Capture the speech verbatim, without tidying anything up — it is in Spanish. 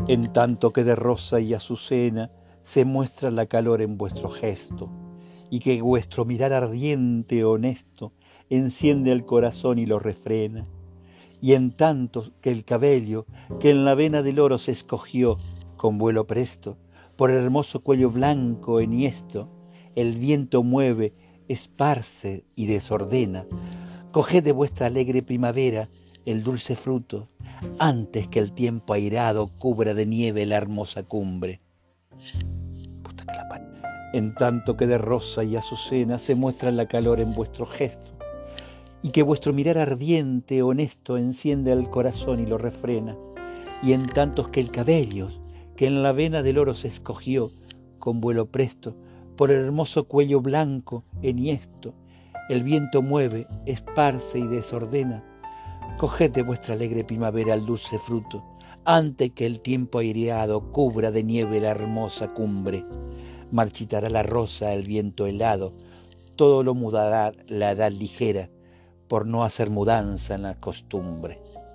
En tanto que de rosa y azucena se muestra la calor en vuestro gesto, y que vuestro mirar ardiente, honesto, enciende el corazón y lo refrena. Y en tanto que el cabello que en la vena del oro se escogió con vuelo presto, por el hermoso cuello blanco enhiesto, el viento mueve, esparce y desordena. Coged de vuestra alegre primavera el dulce fruto, antes que el tiempo airado cubra de nieve la hermosa cumbre. Puta que la par- En tanto que de rosa y azucena se muestra la calor en vuestro gesto, y que vuestro mirar ardiente, honesto, enciende el corazón y lo refrena. Y en tantos que el cabello, que en la vena del oro se escogió, con vuelo presto, por el hermoso cuello blanco, enhiesto, el viento mueve, esparce y desordena. Coged de vuestra alegre primavera el dulce fruto, antes que el tiempo aireado cubra de nieve la hermosa cumbre. Marchitará la rosa, el viento helado, todo lo mudará la edad ligera, por no hacer mudanza en la costumbre.